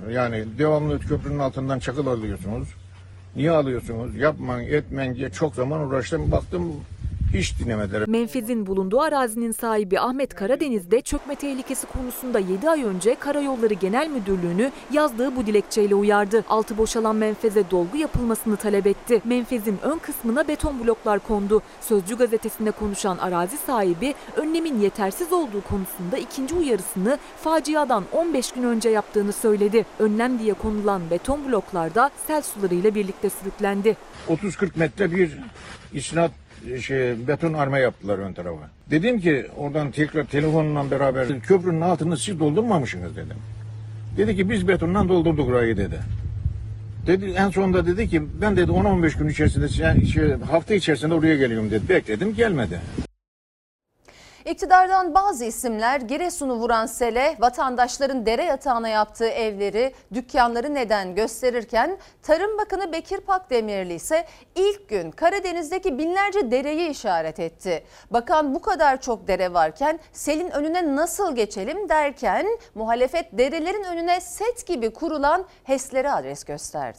Yani devamlı köprünün altından çakıl alıyorsunuz. Niye alıyorsunuz? Yapmayın, etmeyin diye çok zaman uğraştım. Baktım hiç dinlemediler. Menfezin bulunduğu arazinin sahibi Ahmet Karadeniz'de çökme tehlikesi konusunda yedi ay önce Karayolları Genel Müdürlüğü'nü yazdığı bu dilekçeyle uyardı. Altı boşalan menfeze dolgu yapılmasını talep etti. Menfezin ön kısmına beton bloklar kondu. Sözcü gazetesinde konuşan arazi sahibi önlemin yetersiz olduğu konusunda ikinci uyarısını faciadan on beş gün önce yaptığını söyledi. Önlem diye konulan beton bloklarda sel sularıyla birlikte sürüklendi. otuz kırk metre bir isnat şey, beton arma yaptılar ön tarafa. Dedim ki oradan tekrar telefonla beraber köprünün altını siz doldurmamışsınız dedim. Dedi ki biz betondan doldurduk orayı dedi. Dedi, en sonunda dedi ki ben dedi on on beş gün içerisinde şey, hafta içerisinde oraya geliyorum dedi. Bekledim, gelmedi. İktidardan bazı isimler Giresun'u vuran sele vatandaşların dere yatağına yaptığı evleri, dükkanları neden gösterirken Tarım Bakanı Bekir Pakdemirli ise ilk gün Karadeniz'deki binlerce dereyi işaret etti. Bakan bu kadar çok dere varken selin önüne nasıl geçelim derken muhalefet derelerin önüne set gibi kurulan HES'lere adres gösterdi.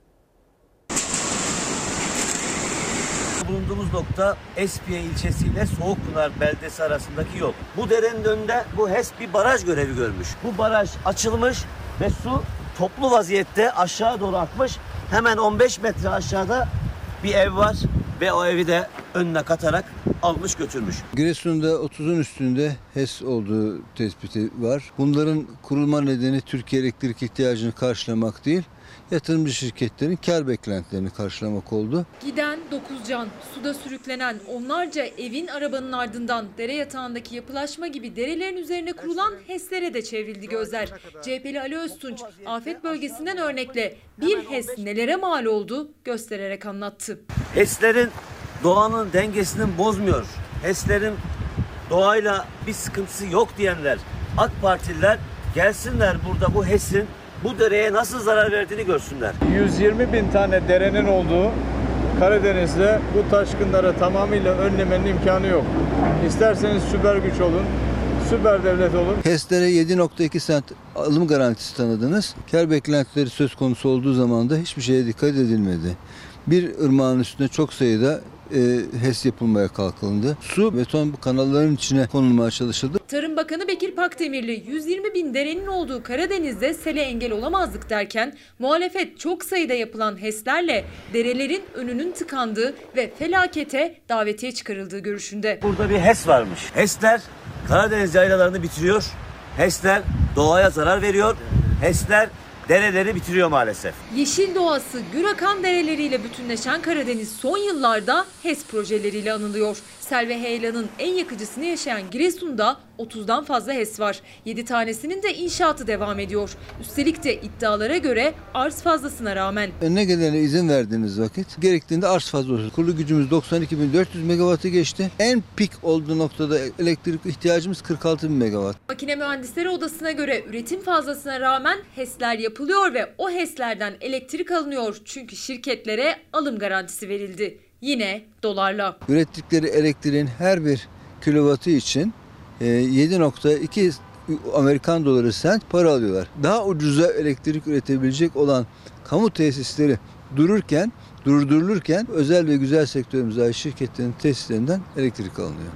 Bulunduğumuz nokta Espiye ilçesiyle Soğukpınar beldesi arasındaki yol. Bu derenin önünde bu HES bir baraj görevi görmüş. Bu baraj açılmış ve su toplu vaziyette aşağı doğru akmış. Hemen on beş metre aşağıda bir ev var ve o evi de önüne katarak almış götürmüş. Giresun'da otuzun üstünde HES olduğu tespiti var. Bunların kurulma nedeni Türkiye elektrik ihtiyacını karşılamak değil, yatırımcı şirketlerin kar beklentilerini karşılamak oldu. Giden dokuz can, suda sürüklenen onlarca evin arabanın ardından dere yatağındaki yapılaşma gibi derelerin üzerine kurulan HES'lere de çevrildi gözler. C H P'li Ali Öztunç afet bölgesinden örnekle bir HES nelere mal oldu göstererek anlattı. HES'lerin doğanın dengesini bozmuyor. HES'lerin doğayla bir sıkıntısı yok diyenler, AK Partililer gelsinler burada bu HES'in bu dereye nasıl zarar verdiğini görsünler. yüz yirmi bin tane derenin olduğu Karadeniz'de bu taşkınları tamamıyla önlemenin imkanı yok. İsterseniz süper güç olun, süper devlet olun. HES'lere yedi nokta iki sent alım garantisi tanıdınız. Kar beklentileri söz konusu olduğu zaman da hiçbir şeye dikkat edilmedi. Bir ırmağın üstüne çok sayıda e, HES yapılmaya kalkıldı. Su beton kanalların içine konulmaya çalışıldı. Tarım Bakanı Bekir Pakdemirli yüz yirmi bin derenin olduğu Karadeniz'de sele engel olamazdık derken muhalefet çok sayıda yapılan HES'lerle derelerin önünün tıkandığı ve felakete davetiye çıkarıldığı görüşünde. Burada bir HES varmış. HES'ler Karadeniz yaylalarını bitiriyor. HES'ler doğaya zarar veriyor. HES'ler dereleri bitiriyor maalesef. Yeşil doğası, gür akan dereleriyle bütünleşen Karadeniz son yıllarda HES projeleriyle anılıyor. Sel ve heyelanın en yakıcısını yaşayan Giresun'da otuzdan fazla HES var. yedi tanesinin de inşaatı devam ediyor. Üstelik de iddialara göre arz fazlasına rağmen. Ne gelene izin verdiğiniz vakit gerektiğinde arz fazla olur. Kurulu gücümüz doksan iki bin dört yüz megawattı geçti. En pik olduğu noktada elektrik ihtiyacımız kırk altı bin megawatt. Makine Mühendisleri Odası'na göre üretim fazlasına rağmen HES'ler yapılıyor ve o HES'lerden elektrik alınıyor. Çünkü şirketlere alım garantisi verildi. Yine dolarla. Ürettikleri elektriğin her bir kilovatı için yedi nokta iki Amerikan doları sent para alıyorlar. Daha ucuza elektrik üretebilecek olan kamu tesisleri dururken, durdurulurken özel ve güzel sektörümüze ait şirketlerin tesislerinden elektrik alınıyor.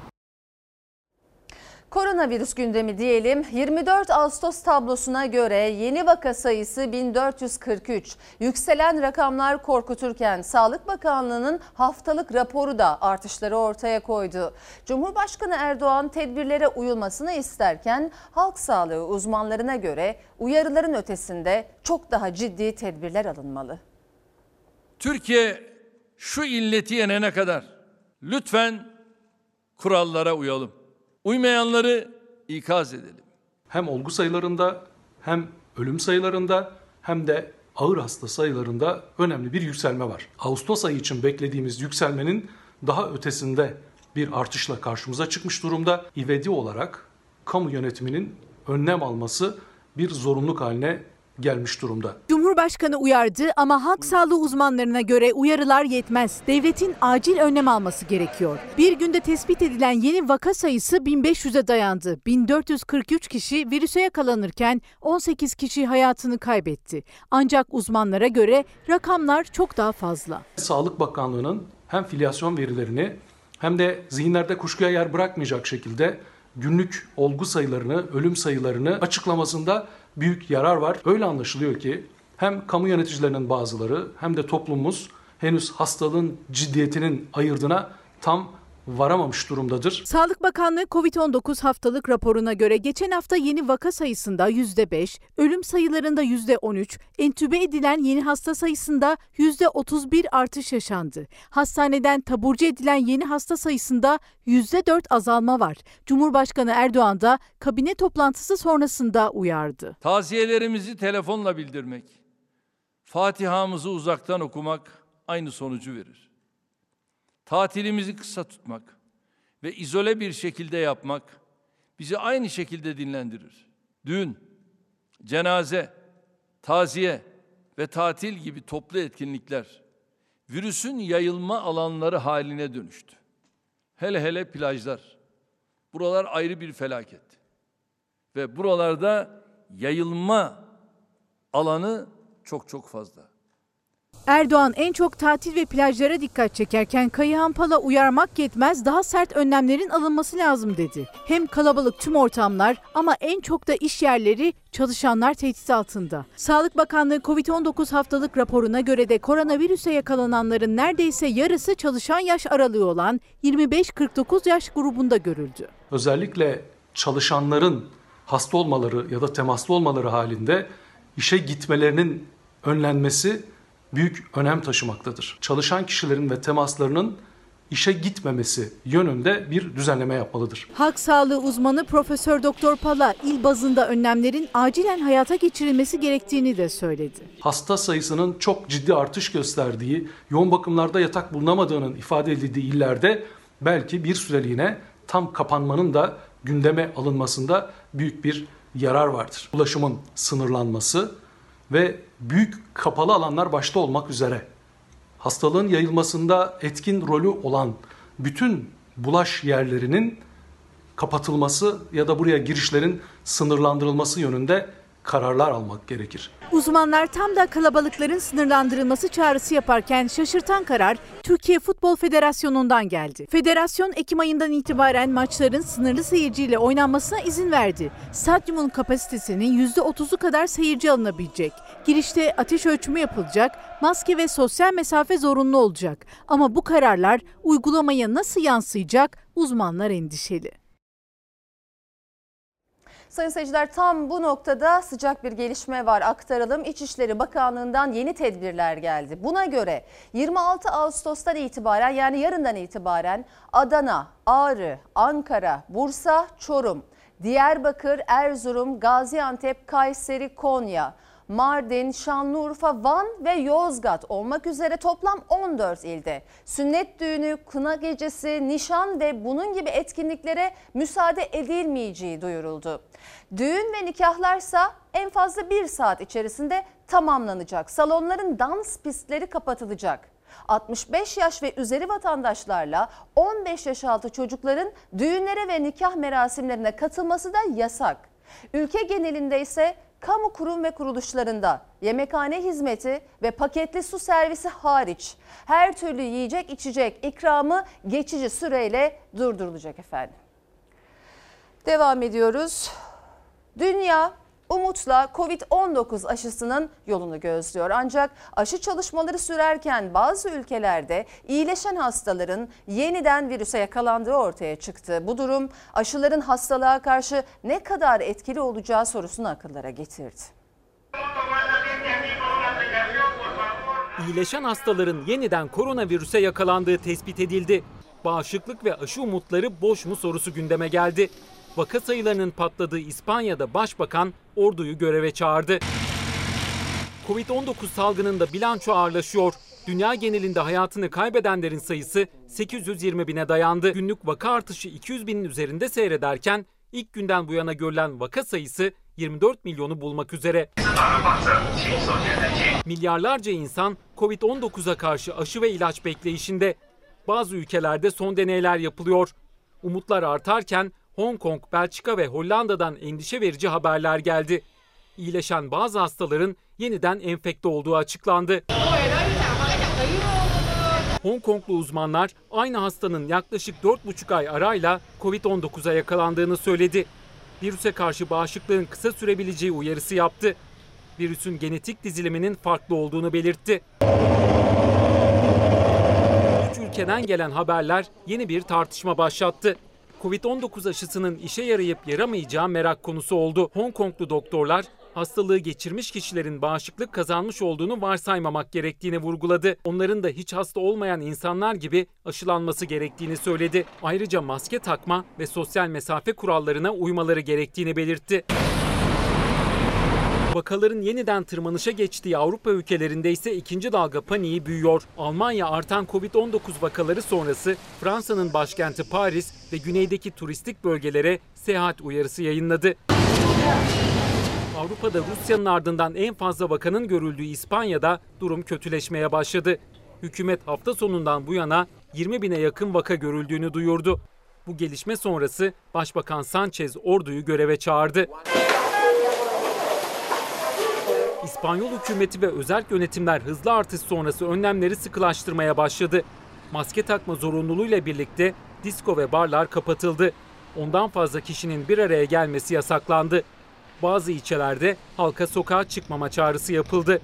Koronavirüs gündemi diyelim. yirmi dört Ağustos tablosuna göre yeni vaka sayısı bin dört yüz kırk üç. Yükselen rakamlar korkuturken Sağlık Bakanlığı'nın haftalık raporu da artışları ortaya koydu. Cumhurbaşkanı Erdoğan tedbirlere uyulmasını isterken halk sağlığı uzmanlarına göre uyarıların ötesinde çok daha ciddi tedbirler alınmalı. Türkiye şu illeti yenene kadar lütfen kurallara uyalım. Uymayanları ikaz edelim. Hem olgu sayılarında hem ölüm sayılarında hem de ağır hasta sayılarında önemli bir yükselme var. Ağustos ayı için beklediğimiz yükselmenin daha ötesinde bir artışla karşımıza çıkmış durumda. İvedi olarak kamu yönetiminin önlem alması bir zorunluluk haline gelmiş durumda. Cumhurbaşkanı uyardı ama halk sağlığı uzmanlarına göre uyarılar yetmez. Devletin acil önlem alması gerekiyor. Bir günde tespit edilen yeni vaka sayısı bin beş yüze dayandı. bin dört yüz kırk üç kişi virüse yakalanırken on sekiz kişi hayatını kaybetti. Ancak uzmanlara göre rakamlar çok daha fazla. Sağlık Bakanlığı'nın hem filyasyon verilerini hem de zihinlerde kuşkuya yer bırakmayacak şekilde günlük olgu sayılarını, ölüm sayılarını açıklamasında büyük yarar var. Öyle anlaşılıyor ki hem kamu yöneticilerinin bazıları hem de toplumumuz henüz hastalığın ciddiyetinin ayırdına tam varamamış durumdadır. Sağlık Bakanlığı kovid on dokuz haftalık raporuna göre geçen hafta yeni vaka sayısında yüzde beş, ölüm sayılarında yüzde on üç, entübe edilen yeni hasta sayısında yüzde otuz bir artış yaşandı. Hastaneden taburcu edilen yeni hasta sayısında yüzde dört azalma var. Cumhurbaşkanı Erdoğan da kabine toplantısı sonrasında uyardı. Taziyelerimizi telefonla bildirmek, Fatiha'mızı uzaktan okumak aynı sonucu verir. Tatilimizi kısa tutmak ve izole bir şekilde yapmak bizi aynı şekilde dinlendirir. Düğün, cenaze, taziye ve tatil gibi toplu etkinlikler virüsün yayılma alanları haline dönüştü. Hele hele plajlar. Buralar ayrı bir felaket. Ve buralarda yayılma alanı çok çok fazla. Erdoğan en çok tatil ve plajlara dikkat çekerken Kayıhan Pal'a uyarmak yetmez, daha sert önlemlerin alınması lazım dedi. Hem kalabalık tüm ortamlar ama en çok da iş yerleri, çalışanlar tehdit altında. Sağlık Bakanlığı kovid on dokuz haftalık raporuna göre de koronavirüse yakalananların neredeyse yarısı çalışan yaş aralığı olan yirmi beş kırk dokuz yaş grubunda görüldü. Özellikle çalışanların hasta olmaları ya da temaslı olmaları halinde işe gitmelerinin önlenmesi büyük önem taşımaktadır. Çalışan kişilerin ve temaslarının işe gitmemesi yönünde bir düzenleme yapmalıdır. Halk sağlığı uzmanı Profesör Doktor Pala il bazında önlemlerin acilen hayata geçirilmesi gerektiğini de söyledi. Hasta sayısının çok ciddi artış gösterdiği, yoğun bakımlarda yatak bulunamadığının ifade edildiği illerde belki bir süreliğine tam kapanmanın da gündeme alınmasında büyük bir yarar vardır. Ulaşımın sınırlanması ve büyük kapalı alanlar başta olmak üzere hastalığın yayılmasında etkin rolü olan bütün bulaş yerlerinin kapatılması ya da buraya girişlerin sınırlandırılması yönünde kararlar almak gerekir. Uzmanlar tam da kalabalıkların sınırlandırılması çağrısı yaparken şaşırtan karar Türkiye Futbol Federasyonu'ndan geldi. Federasyon Ekim ayından itibaren maçların sınırlı seyirciyle oynanmasına izin verdi. Stadyumun kapasitesinin yüzde otuzu kadar seyirci alınabilecek. Girişte ateş ölçümü yapılacak, maske ve sosyal mesafe zorunlu olacak. Ama bu kararlar uygulamaya nasıl yansıyacak? Uzmanlar endişeli. Sayın seyirciler, tam bu noktada sıcak bir gelişme var, aktaralım. İçişleri Bakanlığı'ndan yeni tedbirler geldi. Buna göre yirmi altı Ağustos'tan itibaren, yani yarından itibaren Adana, Ağrı, Ankara, Bursa, Çorum, Diyarbakır, Erzurum, Gaziantep, Kayseri, Konya, Mardin, Şanlıurfa, Van ve Yozgat olmak üzere toplam on dört ilde sünnet düğünü, kına gecesi, nişan ve bunun gibi etkinliklere müsaade edilmeyeceği duyuruldu. Düğün ve nikahlarsa en fazla bir saat içerisinde tamamlanacak. Salonların dans pistleri kapatılacak. altmış beş yaş ve üzeri vatandaşlarla on beş yaş altı çocukların düğünlere ve nikah merasimlerine katılması da yasak. Ülke genelinde ise kamu kurum ve kuruluşlarında yemekhane hizmeti ve paketli su servisi hariç her türlü yiyecek içecek ikramı geçici süreyle durdurulacak efendim. Devam ediyoruz. Dünya umutla kovid on dokuz aşısının yolunu gözlüyor. Ancak aşı çalışmaları sürerken bazı ülkelerde iyileşen hastaların yeniden virüse yakalandığı ortaya çıktı. Bu durum aşıların hastalığa karşı ne kadar etkili olacağı sorusunu akıllara getirdi. İyileşen hastaların yeniden koronavirüse yakalandığı tespit edildi. Bağışıklık ve aşı umutları boş mu sorusu gündeme geldi. Vaka sayılarının patladığı İspanya'da başbakan orduyu göreve çağırdı. kovid on dokuz salgınında bilanço ağırlaşıyor. Dünya genelinde hayatını kaybedenlerin sayısı sekiz yüz yirmi bine dayandı. Günlük vaka artışı iki yüz binin üzerinde seyrederken ilk günden bu yana görülen vaka sayısı yirmi dört milyonu bulmak üzere. Milyarlarca insan kovid on dokuza karşı aşı ve ilaç bekleyişinde. Bazı ülkelerde son deneyler yapılıyor. Umutlar artarken Hong Kong, Belçika ve Hollanda'dan endişe verici haberler geldi. İyileşen bazı hastaların yeniden enfekte olduğu açıklandı. Hong Konglu uzmanlar aynı hastanın yaklaşık dört buçuk ay arayla kovid on dokuza yakalandığını söyledi. Virüse karşı bağışıklığın kısa sürebileceği uyarısı yaptı. Virüsün genetik diziliminin farklı olduğunu belirtti. Üç ülkeden gelen haberler yeni bir tartışma başlattı. kovid on dokuz aşısının işe yarayıp yaramayacağı merak konusu oldu. Hong Konglu doktorlar hastalığı geçirmiş kişilerin bağışıklık kazanmış olduğunu varsaymamak gerektiğini vurguladı. Onların da hiç hasta olmayan insanlar gibi aşılanması gerektiğini söyledi. Ayrıca maske takma ve sosyal mesafe kurallarına uymaları gerektiğini belirtti. Vakaların yeniden tırmanışa geçtiği Avrupa ülkelerinde ise ikinci dalga paniği büyüyor. Almanya artan kovid on dokuz vakaları sonrası Fransa'nın başkenti Paris ve güneydeki turistik bölgelere seyahat uyarısı yayınladı. Avrupa'da Rusya'nın ardından en fazla vakanın görüldüğü İspanya'da durum kötüleşmeye başladı. Hükümet hafta sonundan bu yana yirmi bine yakın vaka görüldüğünü duyurdu. Bu gelişme sonrası Başbakan Sanchez orduyu göreve çağırdı. İspanyol hükümeti ve özerk yönetimler hızlı artış sonrası önlemleri sıkılaştırmaya başladı. Maske takma zorunluluğuyla birlikte disko ve barlar kapatıldı. Ondan fazla kişinin bir araya gelmesi yasaklandı. Bazı ilçelerde halka sokağa çıkmama çağrısı yapıldı.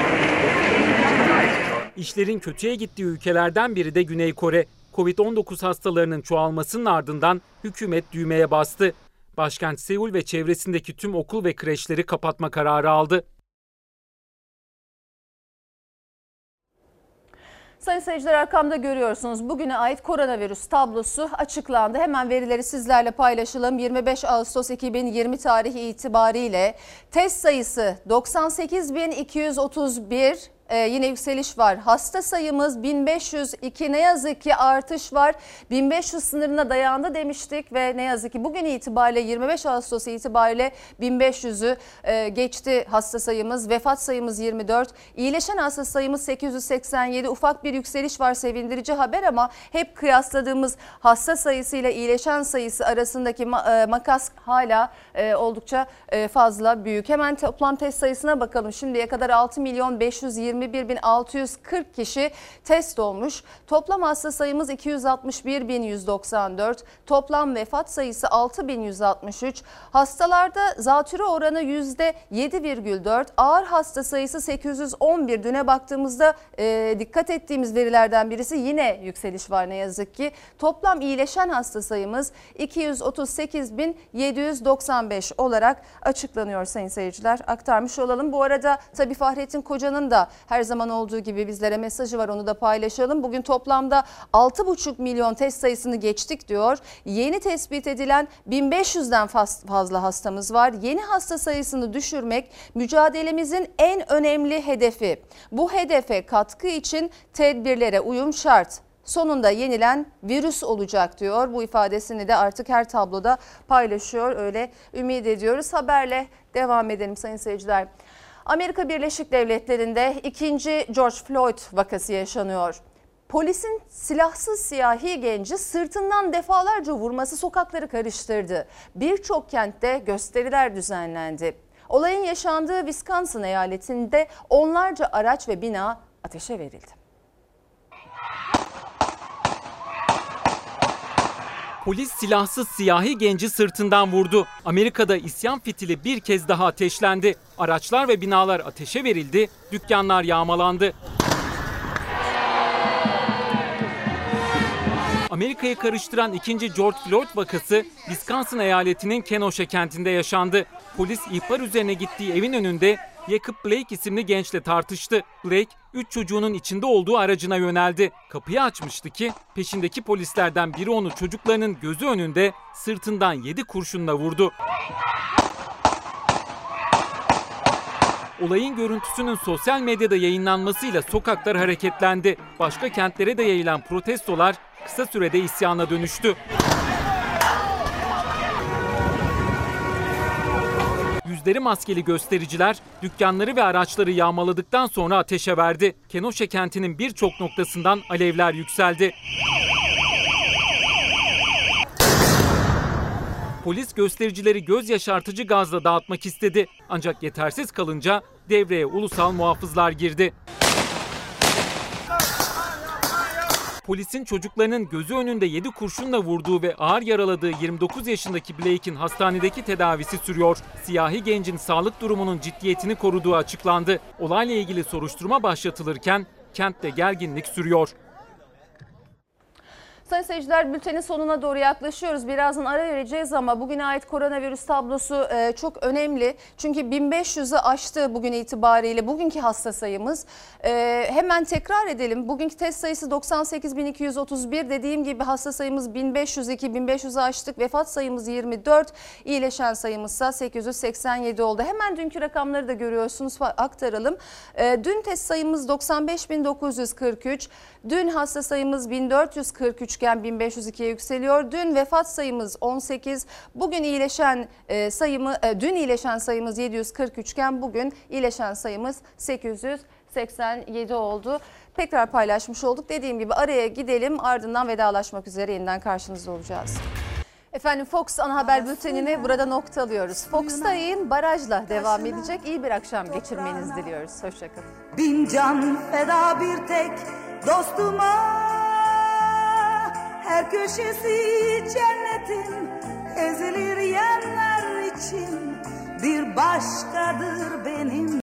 İşlerin kötüye gittiği ülkelerden biri de Güney Kore. kovid on dokuz hastalarının çoğalmasının ardından hükümet düğmeye bastı. Başkent Seul ve çevresindeki tüm okul ve kreşleri kapatma kararı aldı. Sayın seyirciler, arkamda görüyorsunuz bugüne ait koronavirüs tablosu açıklandı. Hemen verileri sizlerle paylaşalım. yirmi beş Ağustos iki bin yirmi tarihi itibariyle test sayısı doksan sekiz bin iki yüz otuz bir. Ee, yine yükseliş var. Hasta sayımız bin beş yüz iki, ne yazık ki artış var. bin beş yüz sınırına dayandı demiştik ve ne yazık ki bugün itibariyle yirmi beş Ağustos itibariyle bin beş yüzü e, geçti hasta sayımız. Vefat sayımız yirmi dört. İyileşen hasta sayımız sekiz yüz seksen yedi. Ufak bir yükseliş var, sevindirici haber, ama hep kıyasladığımız hasta sayısıyla iyileşen sayısı arasındaki ma- e, makas hala e, oldukça e, fazla büyük. Hemen toplam test sayısına bakalım. Şimdiye kadar altı milyon beş yüz yirmi yirmi bir bin altı yüz kırk kişi test olmuş. Toplam hasta sayımız iki yüz altmış bir bin yüz doksan dört. Toplam vefat sayısı altı bin yüz altmış üç. Hastalarda zatürre oranı yüzde yedi virgül dört. Ağır hasta sayısı sekiz yüz on bir. Düne baktığımızda e, dikkat ettiğimiz verilerden birisi, yine yükseliş var ne yazık ki. Toplam iyileşen hasta sayımız iki yüz otuz sekiz bin yedi yüz doksan beş olarak açıklanıyor sayın seyirciler. Aktarmış olalım. Bu arada tabii Fahrettin Koca'nın da her zaman olduğu gibi bizlere mesajı var, onu da paylaşalım. Bugün toplamda altı buçuk milyon test sayısını geçtik diyor. Yeni tespit edilen bin beş yüzden fazla hastamız var. Yeni hasta sayısını düşürmek mücadelemizin en önemli hedefi. Bu hedefe katkı için tedbirlere uyum şart. Sonunda yenilen virüs olacak diyor. Bu ifadesini de artık her tabloda paylaşıyor. Öyle ümit ediyoruz. Haberle devam edelim sayın seyirciler. Amerika Birleşik Devletleri'nde ikinci George Floyd vakası yaşanıyor. Polisin silahsız siyahi genci sırtından defalarca vurması sokakları karıştırdı. Birçok kentte gösteriler düzenlendi. Olayın yaşandığı Wisconsin eyaletinde onlarca araç ve bina ateşe verildi. Polis silahsız siyahi genci sırtından vurdu. Amerika'da isyan fitili bir kez daha ateşlendi. Araçlar ve binalar ateşe verildi, dükkanlar yağmalandı. Amerika'yı karıştıran ikinci George Floyd vakası Wisconsin eyaletinin Kenosha kentinde yaşandı. Polis ihbar üzerine gittiği evin önünde Jacob Blake isimli gençle tartıştı. Blake, üç çocuğunun içinde olduğu aracına yöneldi. Kapıyı açmıştı ki peşindeki polislerden biri onu çocuklarının gözü önünde sırtından yedi kurşunla vurdu. Olayın görüntüsünün sosyal medyada yayınlanmasıyla sokaklar hareketlendi. Başka kentlere de yayılan protestolar kısa sürede isyana Yüzleri maskeli göstericiler dükkanları ve araçları yağmaladıktan sonra ateşe verdi. Kenosha kentinin birçok noktasından alevler yükseldi. Polis göstericileri göz yaşartıcı gazla dağıtmak istedi. Ancak yetersiz kalınca devreye ulusal muhafızlar girdi. Polisin çocuklarının gözü önünde yedi kurşunla vurduğu ve ağır yaraladığı yirmi dokuz yaşındaki Blake'in hastanedeki tedavisi sürüyor. Siyahi gencin sağlık durumunun ciddiyetini koruduğu açıklandı. Olayla ilgili soruşturma başlatılırken kentte gerginlik sürüyor. Sayın seyirciler, bültenin sonuna doğru yaklaşıyoruz. Birazdan ara vereceğiz ama bugüne ait koronavirüs tablosu e, çok önemli. Çünkü bin beş yüzü aştı bugün itibariyle bugünkü hasta sayımız. E, hemen tekrar edelim. Bugünkü test sayısı doksan sekiz bin iki yüz otuz bir. Dediğim gibi hasta sayımız bin beş yüz iki, bin beş yüzü aştık. Vefat sayımız yirmi dört. İyileşen sayımız ise sekiz yüz seksen yedi oldu. Hemen dünkü rakamları da görüyorsunuz, aktaralım. E, dün test sayımız doksan beş bin dokuz yüz kırk üç. Dün hasta sayımız bin dört yüz kırk üç iken bin beş yüz ikiye yükseliyor. Dün vefat sayımız on sekiz. Bugün iyileşen e, sayımı e, dün iyileşen sayımız yedi yüz kırk üç iken bugün iyileşen sayımız sekiz yüz seksen yedi oldu. Tekrar paylaşmış olduk. Dediğim gibi araya gidelim, ardından vedalaşmak üzere yeniden karşınızda olacağız. Efendim, Fox Ana Haber Bülteni'ni burada noktalıyoruz. Fox'ta yayın barajla devam edecek. İyi bir akşam geçirmenizi diliyoruz. Hoşçakalın. Bin can feda bir tek dostuma, her köşesi cennetin, ezilir yerler için bir başkadır benim.